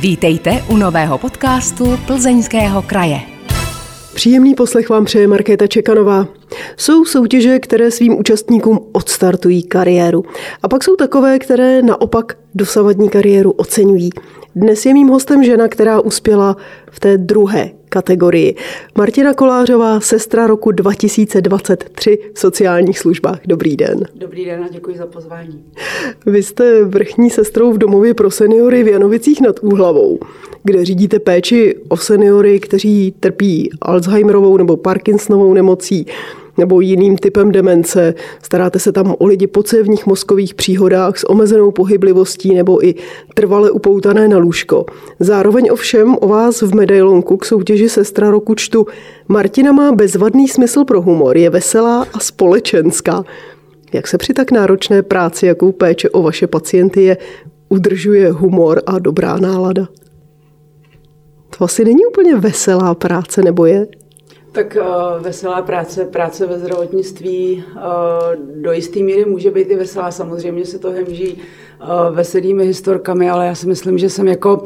Vítejte u nového podcastu Plzeňského kraje. Příjemný poslech vám přeje Markéta Čekanová. Jsou soutěže, které svým účastníkům odstartují kariéru. A pak jsou takové, které naopak dosavadní kariéru oceňují. Dnes je mým hostem žena, která uspěla v té druhé kategorii. Martina Kolářová, sestra roku 2023 v sociálních službách. Dobrý den. Dobrý den a děkuji za pozvání. Vy jste vrchní sestrou v domově pro seniory v Janovicích nad Úhlavou, kde řídíte péči o seniory, kteří trpí Alzheimerovou nebo Parkinsonovou nemocí nebo jiným typem demence. Staráte se tam o lidi po cévních mozkových příhodách s omezenou pohyblivostí nebo i trvale upoutané na lůžko. Zároveň ovšem o vás v medailonku k soutěži Sestra roku čtu: Martina má bezvadný smysl pro humor, je veselá a společenská. Jak se při tak náročné práci, jakou péče o vaše pacienty je, udržuje humor a dobrá nálada? To asi není úplně veselá práce, nebo je? Tak veselá práce ve zdravotnictví do jisté míry může být i veselá. Samozřejmě se to hemží veselými historkami, ale já si myslím, že jsem jako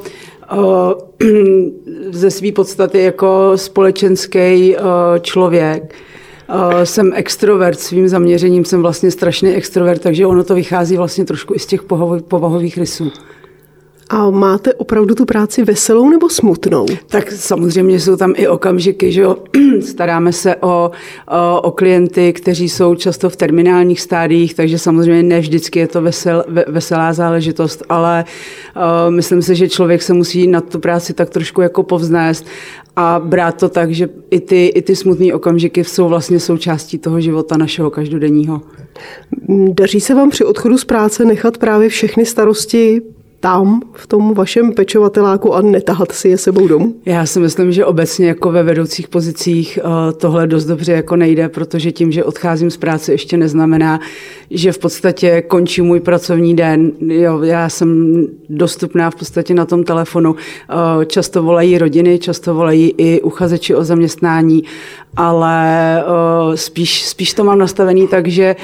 ze své podstaty jako společenský člověk. Jsem extrovert, svým zaměřením jsem vlastně strašný extrovert, takže ono to vychází vlastně trošku i z těch povahových rysů. A máte opravdu tu práci veselou nebo smutnou? Tak samozřejmě jsou tam i okamžiky, že jo. Staráme se o klienty, kteří jsou často v terminálních stádiích, takže samozřejmě ne vždycky je to veselá záležitost, ale myslím si, že člověk se musí na tu práci tak trošku jako povznést a brát to tak, že i ty smutné okamžiky jsou vlastně součástí toho života našeho každodenního. Daří se vám při odchodu z práce nechat právě všechny starosti tam, v tom vašem pečovateláku a netahat si je sebou domů? Já si myslím, že obecně jako ve vedoucích pozicích tohle dost dobře jako nejde, protože tím, že odcházím z práce, ještě neznamená, že v podstatě končí můj pracovní den. Jo, já jsem dostupná v podstatě na tom telefonu. Často volají rodiny, často volají i uchazeči o zaměstnání, ale spíš to mám nastavený tak, že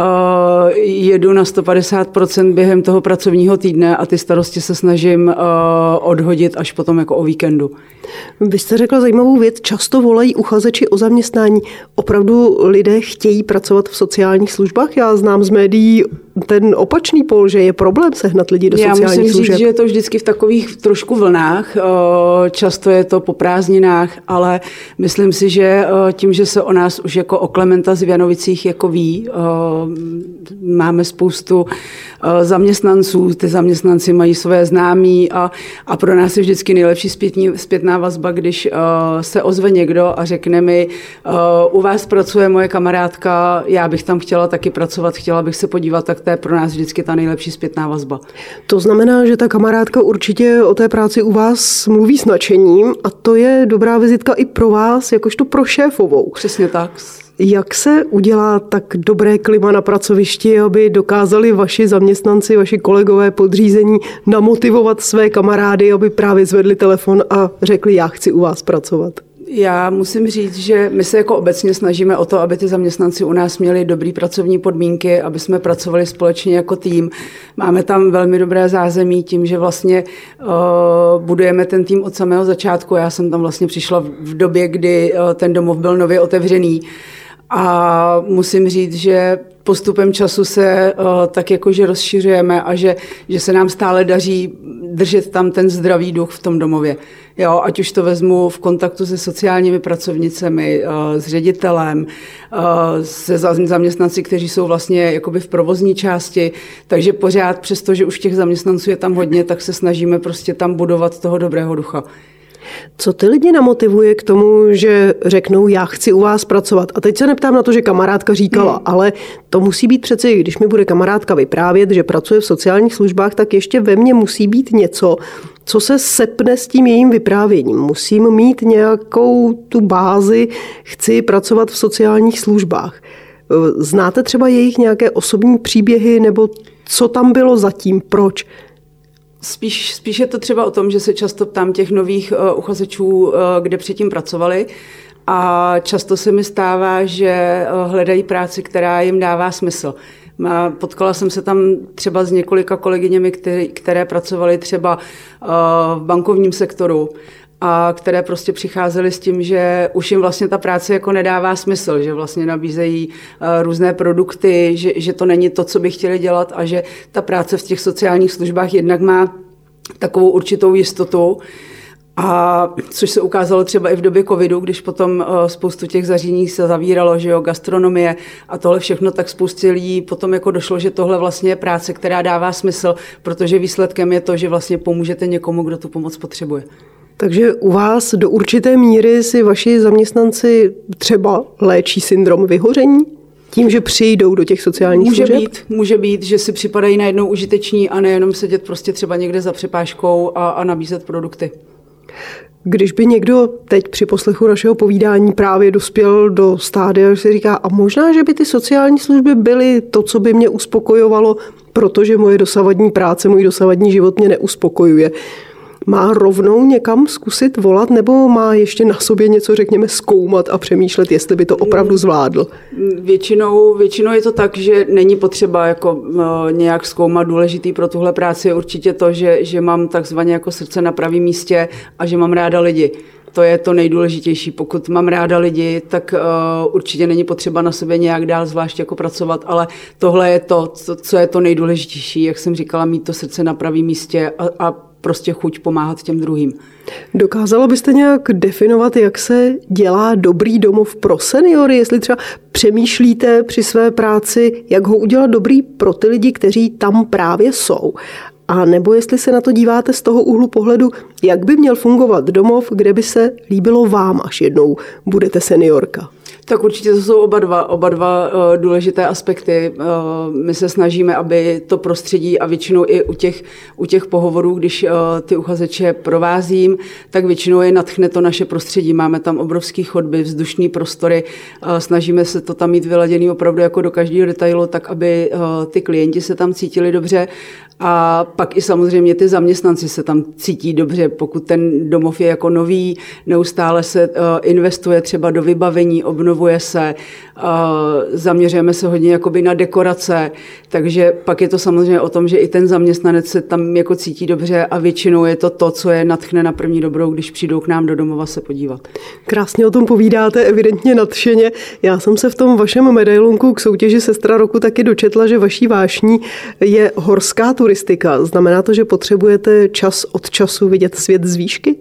jedu na 150% během toho pracovního týdne a ty starosti se snažím odhodit až potom jako o víkendu. Vy jste řekla zajímavou věc, často volají uchazeči o zaměstnání. Opravdu lidé chtějí pracovat v sociálních službách? Já znám z médií ten opačný pól, že je problém sehnat lidi do sociálních služeb. Já musím říct, že je to vždycky v takových trošku vlnách. Často je to po prázdninách, ale myslím si, že tím, že se o nás už jako o Klementa z Janovicích jako ví, máme spoustu zaměstnanců, ty zaměstnanci mají své známí a pro nás je vždycky nejlepší zpětná vazba, když se ozve někdo a řekne mi, u vás pracuje moje kamarádka, já bych tam chtěla taky pracovat, chtěla bych se podívat, tak to je pro nás vždycky ta nejlepší zpětná vazba. To znamená, že ta kamarádka určitě o té práci u vás mluví s nadšením a to je dobrá vizitka i pro vás, jakožto pro šéfovou. Přesně tak. Jak se udělá tak dobré klima na pracovišti, aby dokázali vaši zaměstnanci, vaši kolegové podřízení namotivovat své kamarády, aby právě zvedli telefon a řekli, já chci u vás pracovat? Já musím říct, že my se jako obecně snažíme o to, aby ty zaměstnanci u nás měli dobré pracovní podmínky, aby jsme pracovali společně jako tým. Máme tam velmi dobré zázemí tím, že vlastně budujeme ten tým od samého začátku. Já jsem tam vlastně přišla v době, kdy ten domov byl nově otevřený. A musím říct, že postupem času se tak jakože rozšiřujeme a že se nám stále daří držet tam ten zdravý duch v tom domově. Jo, ať už to vezmu v kontaktu se sociálními pracovnicemi, s ředitelem, se zaměstnanci, kteří jsou vlastně jakoby v provozní části, takže pořád, přestože už těch zaměstnanců je tam hodně, tak se snažíme prostě tam budovat toho dobrého ducha. Co ty lidi namotivuje k tomu, že řeknou, já chci u vás pracovat? A teď se neptám na to, že kamarádka říkala, ale to musí být přeci, když mi bude kamarádka vyprávět, že pracuje v sociálních službách, tak ještě ve mně musí být něco, co se sepne s tím jejím vyprávěním. Musím mít nějakou tu bázi, chci pracovat v sociálních službách. Znáte třeba jejich nějaké osobní příběhy, nebo co tam bylo zatím, proč? Spíš je to třeba o tom, že se často ptám těch nových uchazečů, kde předtím pracovali, a často se mi stává, že hledají práci, která jim dává smysl. Potkala jsem se tam třeba s několika kolegyněmi, které pracovaly třeba v bankovním sektoru, a které prostě přicházely s tím, že už jim vlastně ta práce jako nedává smysl, že vlastně nabízejí různé produkty, že to není to, co by chtěli dělat a že ta práce v těch sociálních službách jednak má takovou určitou jistotu, a což se ukázalo třeba i v době covidu, když potom spoustu těch zařízení se zavíralo, že jo, gastronomie a tohle všechno, tak spoustě lidí potom jako došlo, že tohle vlastně je práce, která dává smysl, protože výsledkem je to, že vlastně pomůžete někomu, kdo tu pomoc potřebuje. Takže u vás do určité míry si vaši zaměstnanci třeba léčí syndrom vyhoření? Tím, že přijdou do těch sociálních služeb? Může být, že si připadají najednou užiteční a nejenom sedět prostě třeba někde za přepážkou a nabízet produkty. Když by někdo teď při poslechu našeho povídání právě dospěl do stádia, že si říká, a možná, že by ty sociální služby byly to, co by mě uspokojovalo, protože moje dosavadní práce, můj dosavadní život mě neuspokojuje. Má rovnou někam zkusit volat, nebo má ještě na sobě něco, řekněme, zkoumat a přemýšlet, jestli by to opravdu zvládl? Většinou je to tak, že není potřeba jako nějak zkoumat. Důležitý pro tuhle práci je určitě to, že mám takzvaně jako srdce na pravém místě a že mám ráda lidi. To je to nejdůležitější. Pokud mám ráda lidi, tak určitě není potřeba na sebe nějak dál zvlášť jako pracovat, ale tohle je to, co je to nejdůležitější, jak jsem říkala, mít to srdce na pravém místě a prostě chuť pomáhat těm druhým. Dokázala byste nějak definovat, jak se dělá dobrý domov pro seniory? Jestli třeba přemýšlíte při své práci, jak ho udělat dobrý pro ty lidi, kteří tam právě jsou? A nebo jestli se na to díváte z toho úhlu pohledu, jak by měl fungovat domov, kde by se líbilo vám, až jednou budete seniorka? Tak určitě to jsou oba dva důležité aspekty. My se snažíme, aby to prostředí a většinou i u těch pohovorů, když ty uchazeče provázím, tak většinou je nadchne to naše prostředí. Máme tam obrovský chodby, vzdušný prostory, snažíme se to tam mít vyladěný opravdu jako do každého detailu, tak aby ty klienti se tam cítili dobře. A pak i samozřejmě ty zaměstnanci se tam cítí dobře, pokud ten domov je jako nový, neustále se investuje třeba do vybavení, obnovuje se, zaměřujeme se hodně jakoby na dekorace, takže pak je to samozřejmě o tom, že i ten zaměstnanec se tam jako cítí dobře a většinou je to, co je nadchne na první dobrou, když přijdou k nám do domova se podívat. Krásně o tom povídáte, evidentně nadšeně. Já jsem se v tom vašem medailonku k soutěži Sestra roku taky dočetla, že vaší vášní je horská turistika. Znamená to, že potřebujete čas od času vidět svět z výšky?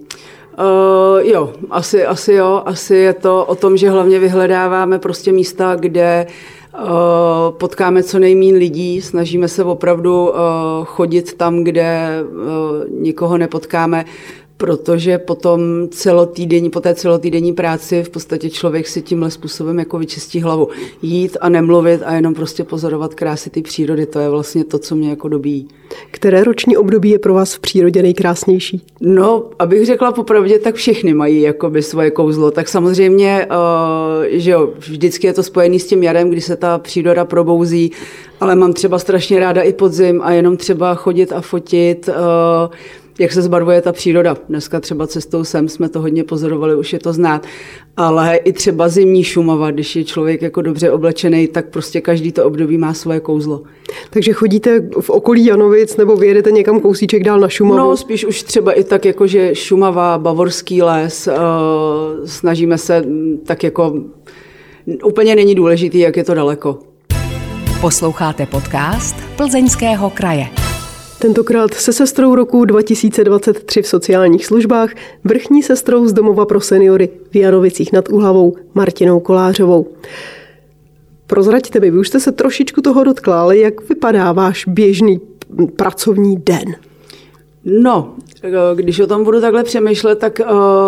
Jo, asi jo. Asi je to o tom, že hlavně vyhledáváme prostě místa, kde potkáme co nejméně lidí, snažíme se opravdu chodit tam, kde nikoho nepotkáme, protože potom po té celotýdenní práci v podstatě člověk si tímhle způsobem jako vyčistí hlavu. Jít a nemluvit a jenom prostě pozorovat krásy té přírody, to je vlastně to, co mě jako dobíjí. Které roční období je pro vás v přírodě nejkrásnější? No, abych řekla popravdě, tak všechny mají jakoby svoje kouzlo. Tak samozřejmě, že jo, vždycky je to spojený s tím jarem, kdy se ta příroda probouzí, ale mám třeba strašně ráda i podzim a jenom třeba chodit a fotit, jak se zbarvuje ta příroda. Dneska třeba cestou sem jsme to hodně pozorovali, už je to znát, ale i třeba zimní Šumava, když je člověk jako dobře oblečený, tak prostě každý to období má svoje kouzlo. Takže chodíte v okolí Janovic nebo vyjedete někam kousíček dál na Šumavu? No, spíš už třeba i tak jako, že Šumava, Bavorský les, snažíme se tak jako, úplně není důležitý, jak je to daleko. Posloucháte podcast Plzeňského kraje. Tentokrát se sestrou roku 2023 v sociálních službách, vrchní sestrou z domova pro seniory v Janovicích nad Úhlavou Martinou Kolářovou. Prozraďte mi, vy už jste se trošičku toho dotkla, ale jak vypadá váš běžný pracovní den? No, když o tom budu takhle přemýšlet, tak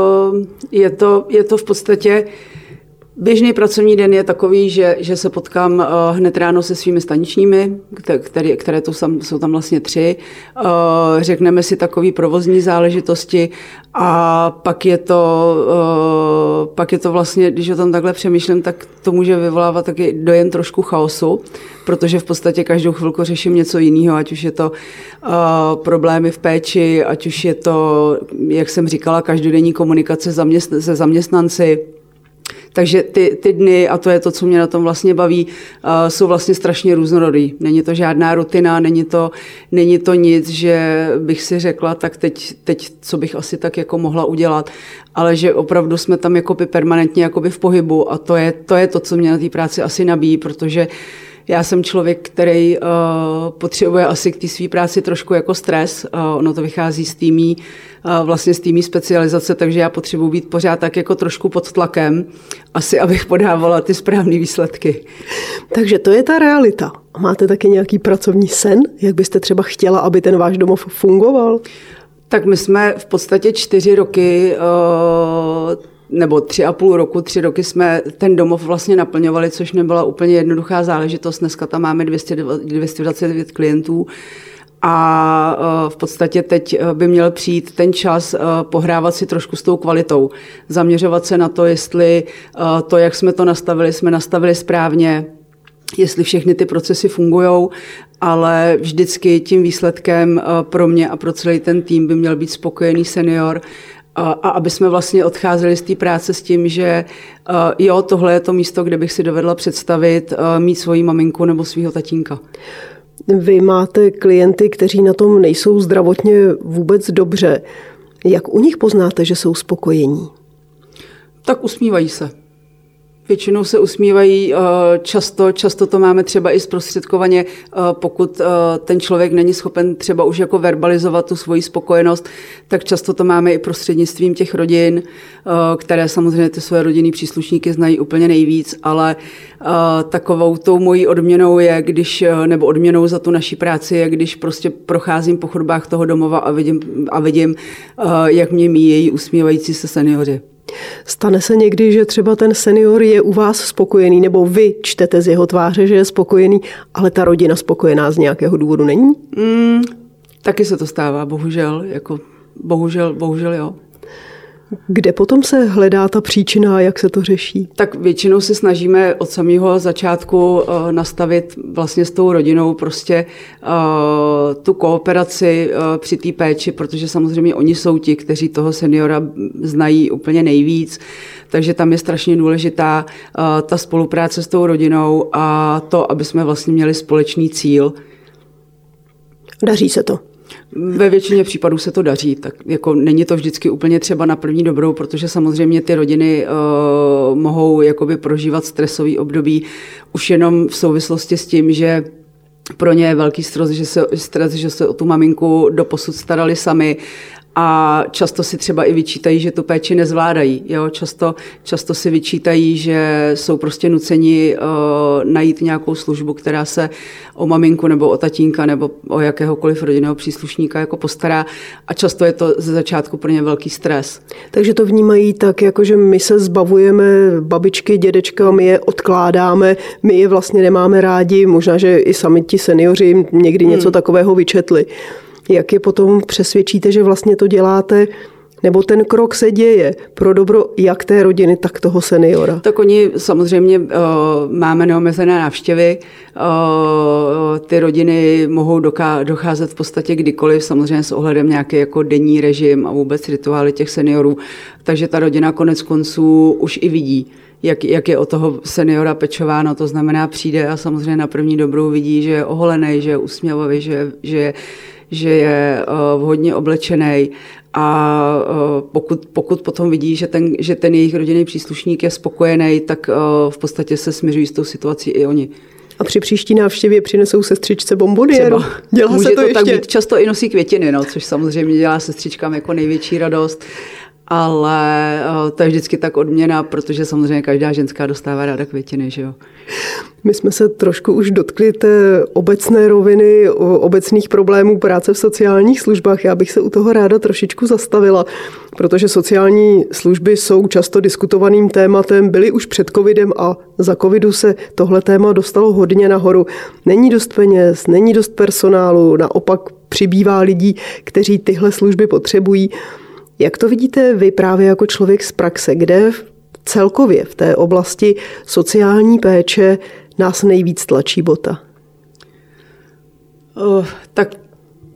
je to v podstatě běžný pracovní den je takový, že se potkám hned ráno se svými staničními, které jsou tam vlastně 3. Řekneme si takový provozní záležitosti a pak je to vlastně, když o tom takhle přemýšlím, tak to může vyvolávat taky dojem trošku chaosu, protože v podstatě každou chvilku řeším něco jiného, ať už je to problémy v péči, ať už je to, jak jsem říkala, každodenní komunikace se zaměstnanci. Takže ty dny, a to je to, co mě na tom vlastně baví, jsou vlastně strašně různorodý. Není to žádná rutina, není to nic, že bych si řekla, tak teď co bych asi tak jako mohla udělat, ale že opravdu jsme tam jakoby permanentně jakoby v pohybu a to je to, co mě na té práci asi nabíjí, protože já jsem člověk, který potřebuje asi k té své práci trošku jako stres. Ono to vychází z té mý specializace, takže já potřebuji být pořád tak jako trošku pod tlakem, asi abych podávala ty správné výsledky. Takže to je ta realita. Máte taky nějaký pracovní sen? Jak byste třeba chtěla, aby ten váš domov fungoval? Tak my jsme v podstatě 4 roky nebo 3,5 roku, 3 roky jsme ten domov vlastně naplňovali, což nebyla úplně jednoduchá záležitost. Dneska tam máme 229 klientů a v podstatě teď by měl přijít ten čas pohrávat si trošku s tou kvalitou. Zaměřovat se na to, jestli to, jak jsme to nastavili správně, jestli všechny ty procesy fungujou, ale vždycky tím výsledkem pro mě a pro celý ten tým by měl být spokojený senior, a aby jsme vlastně odcházeli z té práce s tím, že jo, tohle je to místo, kde bych si dovedla představit mít svoji maminku nebo svého tatínka. Vy máte klienty, kteří na tom nejsou zdravotně vůbec dobře. Jak u nich poznáte, že jsou spokojení? Tak usmívají se. Většinou se usmívají, často to máme třeba i zprostředkovaně, pokud ten člověk není schopen třeba už jako verbalizovat tu svoji spokojenost, tak často to máme i prostřednictvím těch rodin, které samozřejmě ty svoje rodinný příslušníky znají úplně nejvíc, ale takovou tou mojí odměnou je, nebo odměnou za tu naší práci je, když prostě procházím po chodbách toho domova a vidím, jak mě míjejí usmívající se seniori. Stane se někdy, že třeba ten senior je u vás spokojený, nebo vy čtete z jeho tváře, že je spokojený, ale ta rodina spokojená z nějakého důvodu není? Taky se to stává, bohužel. Bohužel jo. Kde potom se hledá ta příčina a jak se to řeší? Tak většinou se snažíme od samého začátku nastavit vlastně s tou rodinou prostě tu kooperaci při té péči, protože samozřejmě oni jsou ti, kteří toho seniora znají úplně nejvíc, takže tam je strašně důležitá ta spolupráce s tou rodinou a to, aby jsme vlastně měli společný cíl. Daří se to? Ve většině případů se to daří, tak jako není to vždycky úplně třeba na první dobrou, protože samozřejmě ty rodiny mohou jakoby prožívat stresový období už jenom v souvislosti s tím, že pro ně je velký stres, že se o tu maminku doposud starali sami a často si třeba i vyčítají, že tu péči nezvládají. Jo? Často si vyčítají, že jsou prostě nuceni najít nějakou službu, která se o maminku nebo o tatínka nebo o jakéhokoliv rodinného příslušníka jako postará a často je to ze začátku pro ně velký stres. Takže to vnímají tak, jako že my se zbavujeme babičky, dědečka, my je odkládáme, my je vlastně nemáme rádi, možná, že i sami ti seniori někdy něco takového vyčetli. Jak je potom přesvědčíte, že vlastně to děláte, nebo ten krok se děje pro dobro jak té rodiny, tak toho seniora? Tak oni samozřejmě máme neomezené návštěvy, ty rodiny mohou docházet v podstatě kdykoliv, samozřejmě s ohledem nějaký jako denní režim a vůbec rituály těch seniorů, takže ta rodina konec konců už i vidí, jak je o toho seniora pečováno, to znamená přijde a samozřejmě na první dobrou vidí, že je oholený, že je usměvavý, že je vhodně oblečený a pokud potom vidí, že ten jejich rodinný příslušník je spokojený, tak v podstatě se smiřují s tou situací i oni. A při příští návštěvě přinesou sestřičce bomboniéru. Může se to ještě? Tak být, často i nosí květiny, což samozřejmě dělá sestřičkám jako největší radost. Ale to je vždycky tak odměna, protože samozřejmě každá ženská dostává ráda květiny, že jo. My jsme se trošku už dotkli té obecné roviny, obecných problémů práce v sociálních službách. Já bych se u toho ráda trošičku zastavila, protože sociální služby jsou často diskutovaným tématem, byly už před covidem a za covidu se tohle téma dostalo hodně nahoru. Není dost peněz, není dost personálu, naopak přibývá lidí, kteří tyhle služby potřebují. Jak to vidíte vy právě jako člověk z praxe, kde celkově v té oblasti sociální péče nás nejvíc tlačí bota? Tak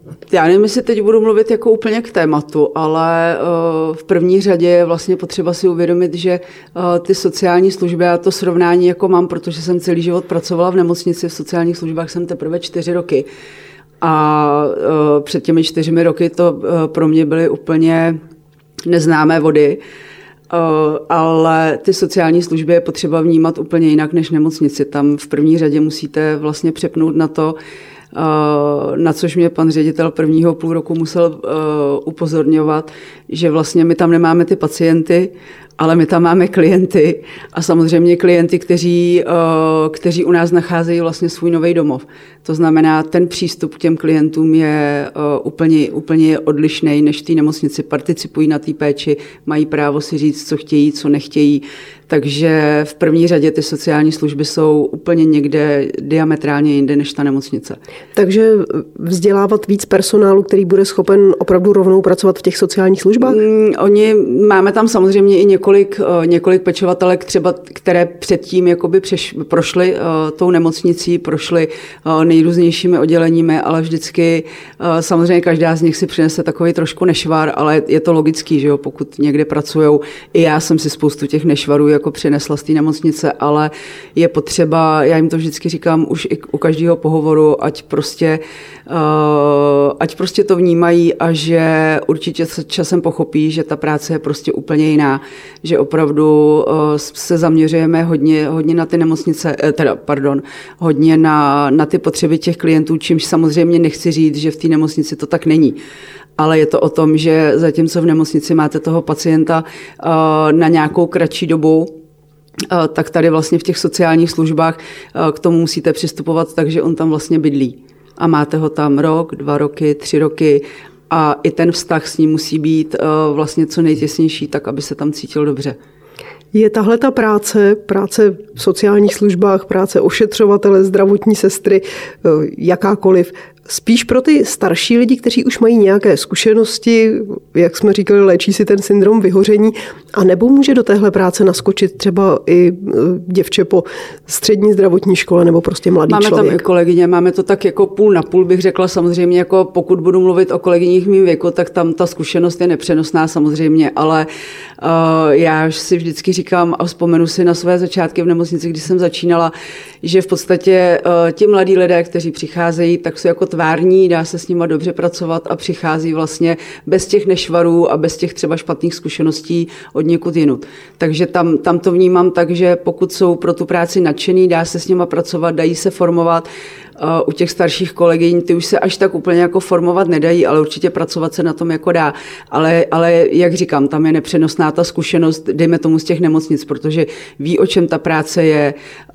Já nevím, jestli teď budu mluvit jako úplně k tématu, ale v první řadě je vlastně potřeba si uvědomit, že ty sociální služby, já to srovnání jako mám, protože jsem celý život pracovala v nemocnici, v sociálních službách jsem teprve 4 roky. A před těmi 4 roky to pro mě byly úplně neznámé vody, ale ty sociální služby je potřeba vnímat úplně jinak než nemocnici. Tam v první řadě musíte vlastně přepnout na to, na což mě pan ředitel prvního půl roku musel upozorňovat, že vlastně my tam nemáme ty pacienty, ale my tam máme klienty a samozřejmě klienty, kteří u nás nacházejí vlastně svůj nový domov. To znamená, ten přístup k těm klientům je úplně odlišný než v té nemocnici. Participují na té péči, mají právo si říct, co chtějí, co nechtějí. Takže v první řadě ty sociální služby jsou úplně někde diametrálně jinde než ta nemocnice. Takže vzdělávat víc personálu, který bude schopen opravdu rovnou pracovat v těch sociálních službách? Máme tam samozřejmě i několik pečovatelek, třeba, které předtím jakoby prošly tou nemocnicí, prošly nejrůznějšími odděleními, ale vždycky samozřejmě každá z nich si přinese takový trošku nešvar, ale je to logický, že jo, pokud někde pracujou. I já jsem si spoustu těch nešvarů jako přinesla z té nemocnice, ale je potřeba, já jim to vždycky říkám už i u každého pohovoru, ať prostě to vnímají a že určitě časem pochopí, že ta práce je prostě úplně jiná, že opravdu se zaměřujeme hodně na ty nemocnice, hodně na ty potřeby těch klientů, čímž samozřejmě nechci říct, že v té nemocnici to tak není. Ale je to o tom, že zatímco v nemocnici máte toho pacienta na nějakou kratší dobu, tak tady vlastně v těch sociálních službách k tomu musíte přistupovat tak, že on tam vlastně bydlí. A máte ho tam rok, 2 roky, 3 roky a i ten vztah s ním musí být vlastně co nejtěsnější, tak aby se tam cítil dobře. Je tahle ta práce v sociálních službách, práce ošetřovatele, zdravotní sestry, jakákoliv, spíš pro ty starší lidi, kteří už mají nějaké zkušenosti, jak jsme říkali, léčí si ten syndrom vyhoření, a nebo může do téhle práce naskočit třeba i děvče po střední zdravotní škole nebo prostě mladý člověk? Máme tam i kolegyně, máme to tak jako půl na půl, bych řekla samozřejmě, jako pokud budu mluvit o kolegyních mým věku, tak tam ta zkušenost je nepřenosná samozřejmě, ale já si vždycky říkám a vzpomenu si na své začátky v nemocnici, když jsem začínala, že v podstatě ti mladí lidé, kteří přicházejí, tak jsou jako tvární, dá se s nima dobře pracovat a přichází vlastně bez těch nešvarů a bez těch třeba špatných zkušeností od někud jinut. Takže tam to vnímám tak, že pokud jsou pro tu práci nadšený, dá se s nima pracovat, dají se formovat. U těch starších kolegyň ty už se až tak úplně jako formovat nedají, ale určitě pracovat se na tom jako dá. Ale jak říkám, tam je nepřenosná ta zkušenost, dejme tomu z těch nemocnic, protože ví, o čem ta práce je,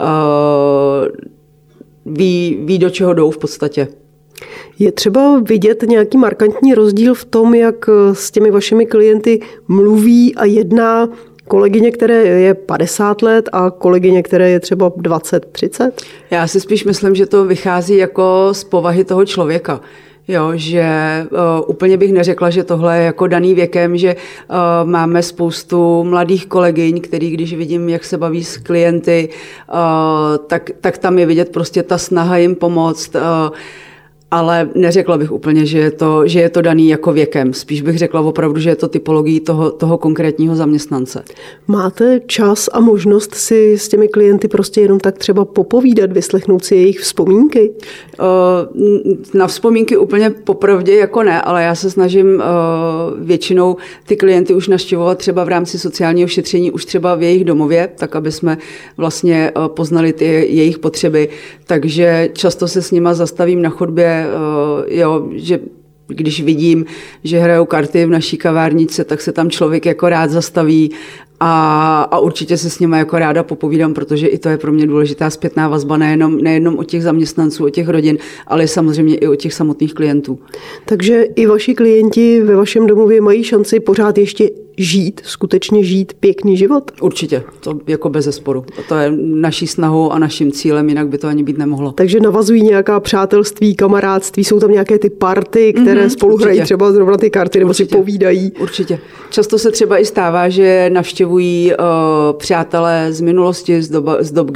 ví, do čeho jdou v podstatě. Je třeba vidět nějaký markantní rozdíl v tom, jak s těmi vašimi klienty mluví a jedná kolegyně, které je 50 let a kolegyně, které je třeba 20, 30? Já si spíš myslím, že to vychází jako z povahy toho člověka. Jo, že úplně bych neřekla, že tohle je jako daný věkem, že máme spoustu mladých kolegyň, který když vidím, jak se baví s klienty, tak tam je vidět prostě ta snaha jim pomoct. Ale neřekla bych úplně, že je to daný jako věkem. Spíš bych řekla opravdu, že je to typologií toho konkrétního zaměstnance. Máte čas a možnost si s těmi klienty prostě jenom tak třeba popovídat, vyslechnout si jejich vzpomínky? Na vzpomínky úplně popravdě jako ne, ale já se snažím většinou ty klienty už navštěvovat třeba v rámci sociálního šetření už třeba v jejich domově, tak aby jsme vlastně poznali ty jejich potřeby. Takže často se s nima zastavím na chodbě, že když vidím, že hrajou karty v naší kavárničce, tak se tam člověk jako rád zastaví a určitě se s nimi jako ráda popovídám, protože i to je pro mě důležitá zpětná vazba nejenom od těch zaměstnanců, od těch rodin, ale samozřejmě i od těch samotných klientů. Takže i vaši klienti ve vašem domově mají šanci pořád ještě skutečně žít pěkný život? Určitě, to jako bezesporu. To je naší snahou a naším cílem, jinak by to ani být nemohlo. Takže navazují nějaká přátelství, kamarádství, jsou tam nějaké ty party, které spolu hrají třeba zrovna ty karty, nebo si povídají? Určitě. Často se třeba i stává, že navštěvují přátelé z minulosti, z dob,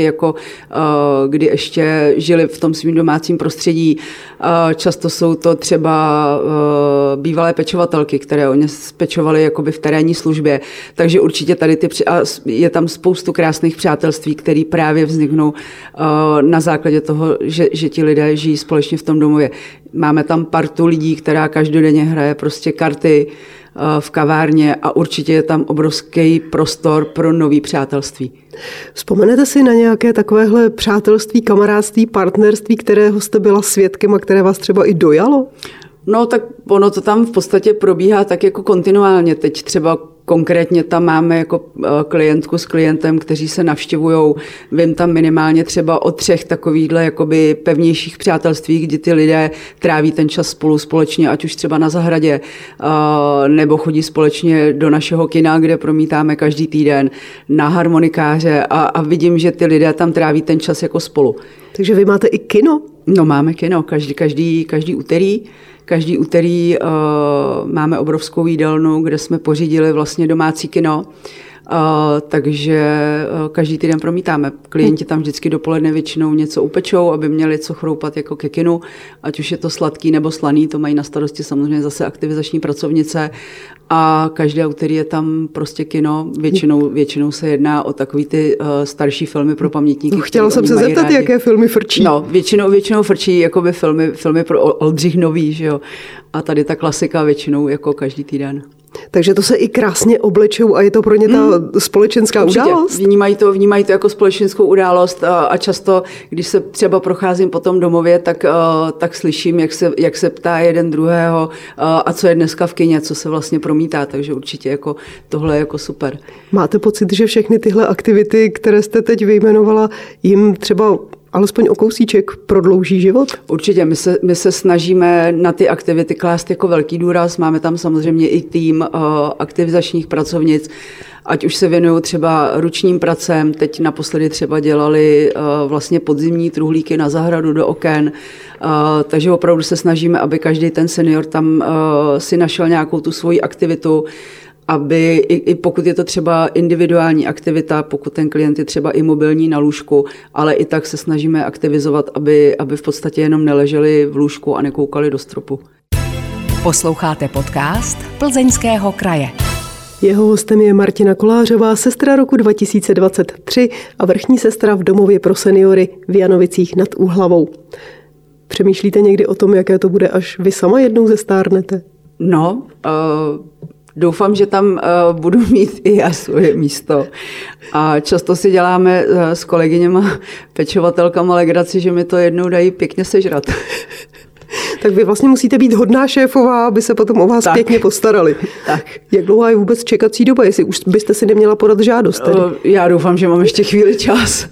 kdy ještě žili v tom svým domácím prostředí. Často jsou to třeba bývalé pečovatelky, které o ně pečovaly jakoby v terénní službě. Takže určitě tady je tam spoustu krásných přátelství, které právě vzniknou na základě toho, že ti lidé žijí společně v tom domově. Máme tam partu lidí, která každodenně hraje prostě karty v kavárně a určitě je tam obrovský prostor pro nový přátelství. Vzpomenete si na nějaké takovéhle přátelství, kamarádství, partnerství, kterého jste byla svědkem a které vás třeba i dojalo? No tak ono to tam v podstatě probíhá tak jako kontinuálně. Teď třeba konkrétně tam máme jako klientku s klientem, kteří se navštěvujou. Vím tam minimálně třeba o 3 takovýchhle jakoby pevnějších přátelství, kdy ty lidé tráví ten čas společně, ať už třeba na zahradě, nebo chodí společně do našeho kina, kde promítáme každý týden, na harmonikáře a vidím, že ty lidé tam tráví ten čas jako spolu. Takže vy máte i kino? No máme kino, každý úterý. Každý úterý máme obrovskou jídelnu, kde jsme pořídili vlastně domácí kino, takže každý týden promítáme. Klienti tam vždycky dopoledne většinou něco upečou, aby měli co chroupat jako ke kinu, ať už je to sladký nebo slaný, to mají na starosti samozřejmě zase aktivizační pracovnice a každé úterý je tam prostě kino. Většinou se jedná o takový ty starší filmy pro pamětníky. Chtěla jsem se zeptat, rádi. Jaké filmy frčí. No, většinou frčí jakoby filmy pro Oldřich Nový, že jo. A tady ta klasika většinou jako každý týden. Takže to se i krásně oblečou a je to pro ně ta společenská událost? Vnímají to jako společenskou událost a často, když se třeba procházím po tom domově, tak slyším, jak se ptá jeden druhého a co je dneska v kině, co se vlastně promítá, takže určitě jako tohle je jako super. Máte pocit, že všechny tyhle aktivity, které jste teď vyjmenovala, jim třeba alespoň o kousíček prodlouží život? Určitě, my se snažíme na ty aktivity klást jako velký důraz. Máme tam samozřejmě i tým aktivizačních pracovnic, ať už se věnují třeba ručním pracem, teď naposledy třeba dělali vlastně podzimní truhlíky na zahradu do oken, takže opravdu se snažíme, aby každý ten senior tam si našel nějakou tu svoji aktivitu, aby i pokud je to třeba individuální aktivita, pokud ten klient je třeba i mobilní na lůžku, ale i tak se snažíme aktivizovat, aby v podstatě jenom neleželi v lůžku a nekoukali do stropu. Posloucháte podcast Plzeňského kraje. Jeho hostem je Martina Kolářová, sestra roku 2023 a vrchní sestra v domově pro seniory v Janovicích nad Úhlavou. Přemýšlíte někdy o tom, jaké to bude, až vy sama jednou zestárnete? No, doufám, že tam budu mít i já svoje místo. A často si děláme s kolegyněma, pečovatelkama legraci, že mi to jednou dají pěkně sežrat. Tak vy vlastně musíte být hodná šéfová, aby se potom o vás pěkně postarali. Tak. Jak dlouhá je vůbec čekací doba, jestli už byste si neměla podat žádost tedy? Já doufám, že mám ještě chvíli čas.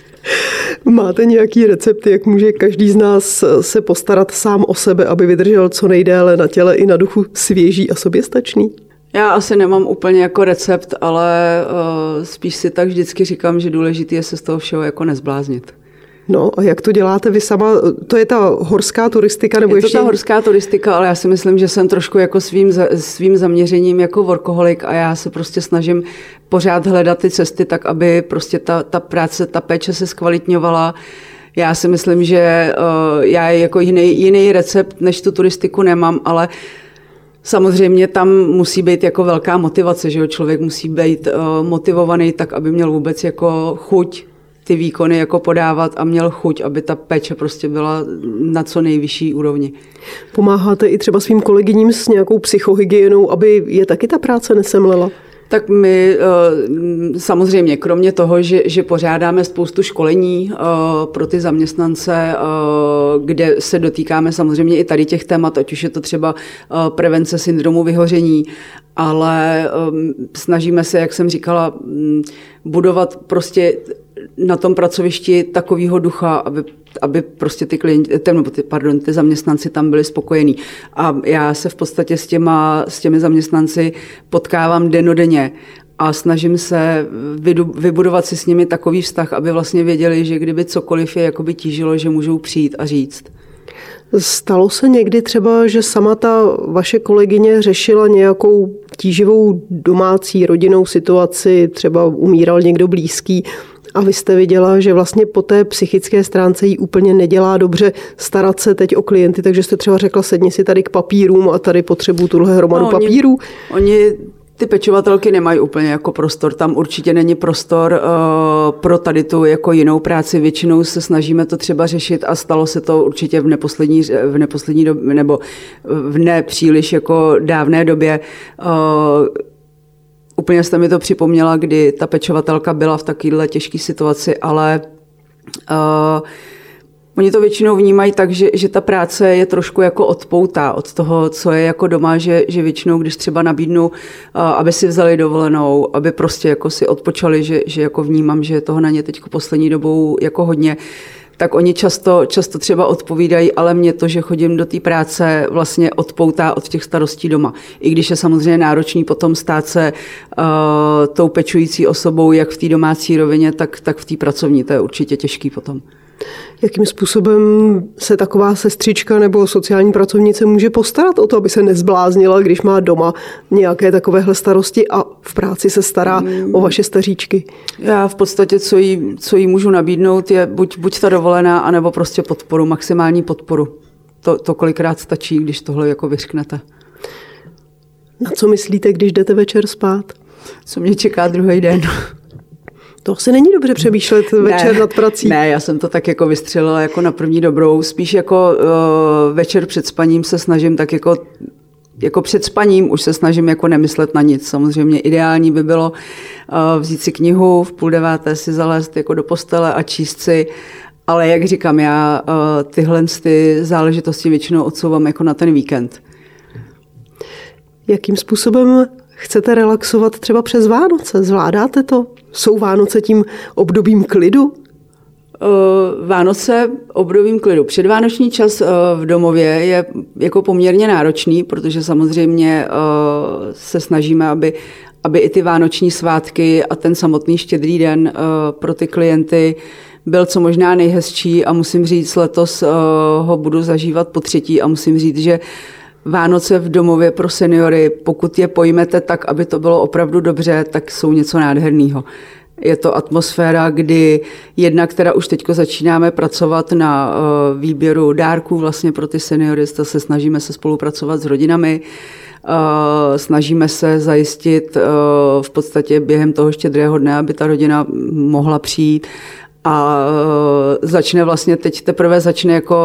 Máte nějaký recept, jak může každý z nás se postarat sám o sebe, aby vydržel co nejdéle na těle i na duchu svěží a soběstačný? Já asi nemám úplně jako recept, ale spíš si tak vždycky říkám, že důležitý je se z toho všeho jako nezbláznit. No a jak to děláte vy sama? To je ta horská turistika? Nebo je to ta horská turistika, ale já si myslím, že jsem trošku jako svým zaměřením jako workoholik a já se prostě snažím pořád hledat ty cesty tak, aby prostě ta práce, ta péče se zkvalitňovala. Já si myslím, že já jako jiný recept než tu turistiku nemám, ale samozřejmě tam musí být jako velká motivace, že jo? Člověk musí být motivovaný tak, aby měl vůbec jako chuť ty výkony jako podávat a měl chuť, aby ta péče prostě byla na co nejvyšší úrovni. Pomáháte i třeba svým kolegyním s nějakou psychohygienou, aby je taky ta práce nesemlela? Tak my samozřejmě, kromě toho, že pořádáme spoustu školení pro ty zaměstnance, kde se dotýkáme samozřejmě i tady těch témat, ať už je to třeba prevence syndromu vyhoření, ale snažíme se, jak jsem říkala, budovat prostě na tom pracovišti takového ducha, aby prostě ty zaměstnanci tam byli spokojení. A já se v podstatě s těmi zaměstnanci potkávám dennodenně a snažím se vybudovat si s nimi takový vztah, aby vlastně věděli, že kdyby cokoliv je jakoby tížilo, že můžou přijít a říct. Stalo se někdy třeba, že sama ta vaše kolegyně řešila nějakou tíživou domácí rodinnou situaci, třeba umíral někdo blízký a vy jste viděla, že vlastně po té psychické stránce jí úplně nedělá dobře starat se teď o klienty, takže jste třeba řekla, sedni si tady k papírům a tady potřebuju tuhle hromadu papírů? Oni ty pečovatelky nemají úplně jako prostor, tam určitě není prostor pro tady tu jako jinou práci. Většinou se snažíme to třeba řešit a stalo se to určitě v neposlední době nebo v nepříliš jako dávné době. Úplně jste mi to připomněla, kdy ta pečovatelka byla v takovéhle těžké situaci, ale oni to většinou vnímají tak, že ta práce je trošku jako odpoutá od toho, co je jako doma, že většinou, když třeba nabídnu, aby si vzali dovolenou, aby prostě jako si odpočali, že jako vnímám, že je toho na ně teď poslední dobou jako hodně, tak oni často třeba odpovídají, ale mě to, že chodím do té práce, vlastně odpoutá od těch starostí doma. I když je samozřejmě náročný potom stát se tou pečující osobou, jak v té domácí rovině, tak v té pracovní. To je určitě těžký potom. Jakým způsobem se taková sestřička nebo sociální pracovnice může postarat o to, aby se nezbláznila, když má doma nějaké takovéhle starosti a v práci se stará o vaše staříčky? Já v podstatě, co jí můžu nabídnout, je buď ta dovolená, anebo prostě podporu, maximální podporu. To kolikrát stačí, když tohle jako vyřknete. Na co myslíte, když jdete večer spát? Co mě čeká druhý den? To asi není dobře přemýšlet večer nad prací. Ne, já jsem to tak jako vystřelila jako na první dobrou. Spíš jako večer před spaním se snažím tak jako před spaním už se snažím jako nemyslet na nic. Samozřejmě ideální by bylo vzít si knihu, v 8:30 si zalézt jako do postele a číst si. Ale jak říkám, já tyhle záležitosti většinou odsouvám jako na ten víkend. Jakým způsobem chcete relaxovat třeba přes Vánoce? Zvládáte to? Jsou Vánoce tím obdobím klidu? Vánoce obdobím klidu. Předvánoční čas v domově je jako poměrně náročný, protože samozřejmě se snažíme, aby i ty vánoční svátky a ten samotný Štědrý den pro ty klienty byl co možná nejhezčí a musím říct, letos ho budu zažívat po třetí a musím říct, že Vánoce v domově pro seniory, pokud je pojmete tak, aby to bylo opravdu dobře, tak jsou něco nádherného. Je to atmosféra, kdy jednak teda už teďko začínáme pracovat na výběru dárků vlastně pro ty seniory, se snažíme se spolupracovat s rodinami, snažíme se zajistit v podstatě během toho Štědrého dne, aby ta rodina mohla přijít a začne vlastně teď teprve jako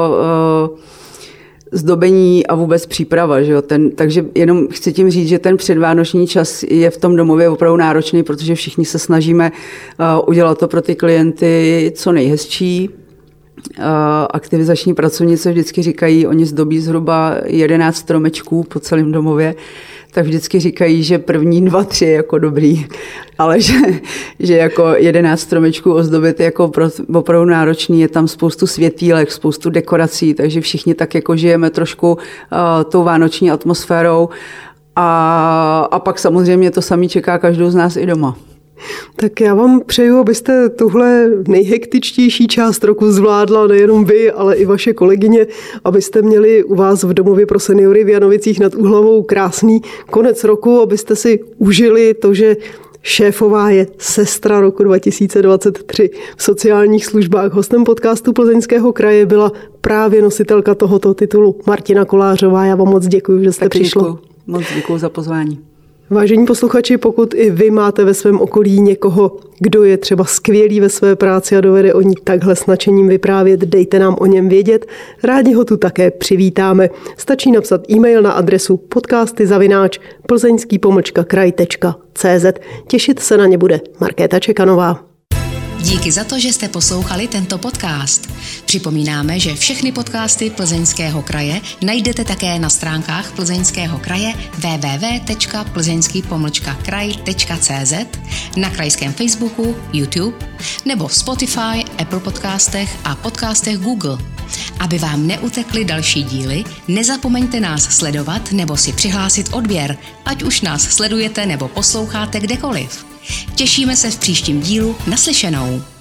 zdobení a vůbec příprava. Že jo? Takže jenom chci tím říct, že ten předvánoční čas je v tom domově opravdu náročný, protože všichni se snažíme udělat to pro ty klienty co nejhezčí. Aktivizační pracovnice vždycky říkají, oni zdobí zhruba 11 stromečků po celém domově, tak vždycky říkají, že první 2, 3 je jako dobrý, ale že jako 11 stromečků ozdobit je jako opravdu náročný, je tam spoustu světýlek, spoustu dekorací, takže všichni tak jako žijeme trošku tou vánoční atmosférou a pak samozřejmě to samé čeká každou z nás i doma. Tak já vám přeju, abyste tuhle nejhektičtější část roku zvládla nejenom vy, ale i vaše kolegyně, abyste měli u vás v domově pro seniory v Janovicích nad Úhlavou krásný konec roku, abyste si užili to, že šéfová je sestra roku 2023 v sociálních službách. Hostem podcastu Plzeňského kraje byla právě nositelka tohoto titulu Martina Kolářová. Já vám moc děkuji, že jste přišla. Moc děkuji za pozvání. Vážení posluchači, pokud i vy máte ve svém okolí někoho, kdo je třeba skvělý ve své práci a dovede o ní takhle s nadšením vyprávět, dejte nám o něm vědět. Rádi ho tu také přivítáme. Stačí napsat e-mail na adresu podcasty@plzeňský-kraj.cz. Těšit se na ně bude Markéta Čekanová. Díky za to, že jste poslouchali tento podcast. Připomínáme, že všechny podcasty Plzeňského kraje najdete také na stránkách Plzeňského kraje www.plzeňský-kraj.cz, na krajském Facebooku, YouTube nebo Spotify, Apple podcastech a podcastech Google. Aby vám neutekly další díly, nezapomeňte nás sledovat nebo si přihlásit odběr, ať už nás sledujete nebo posloucháte kdekoliv. Těšíme se v příštím dílu. Naslyšenou.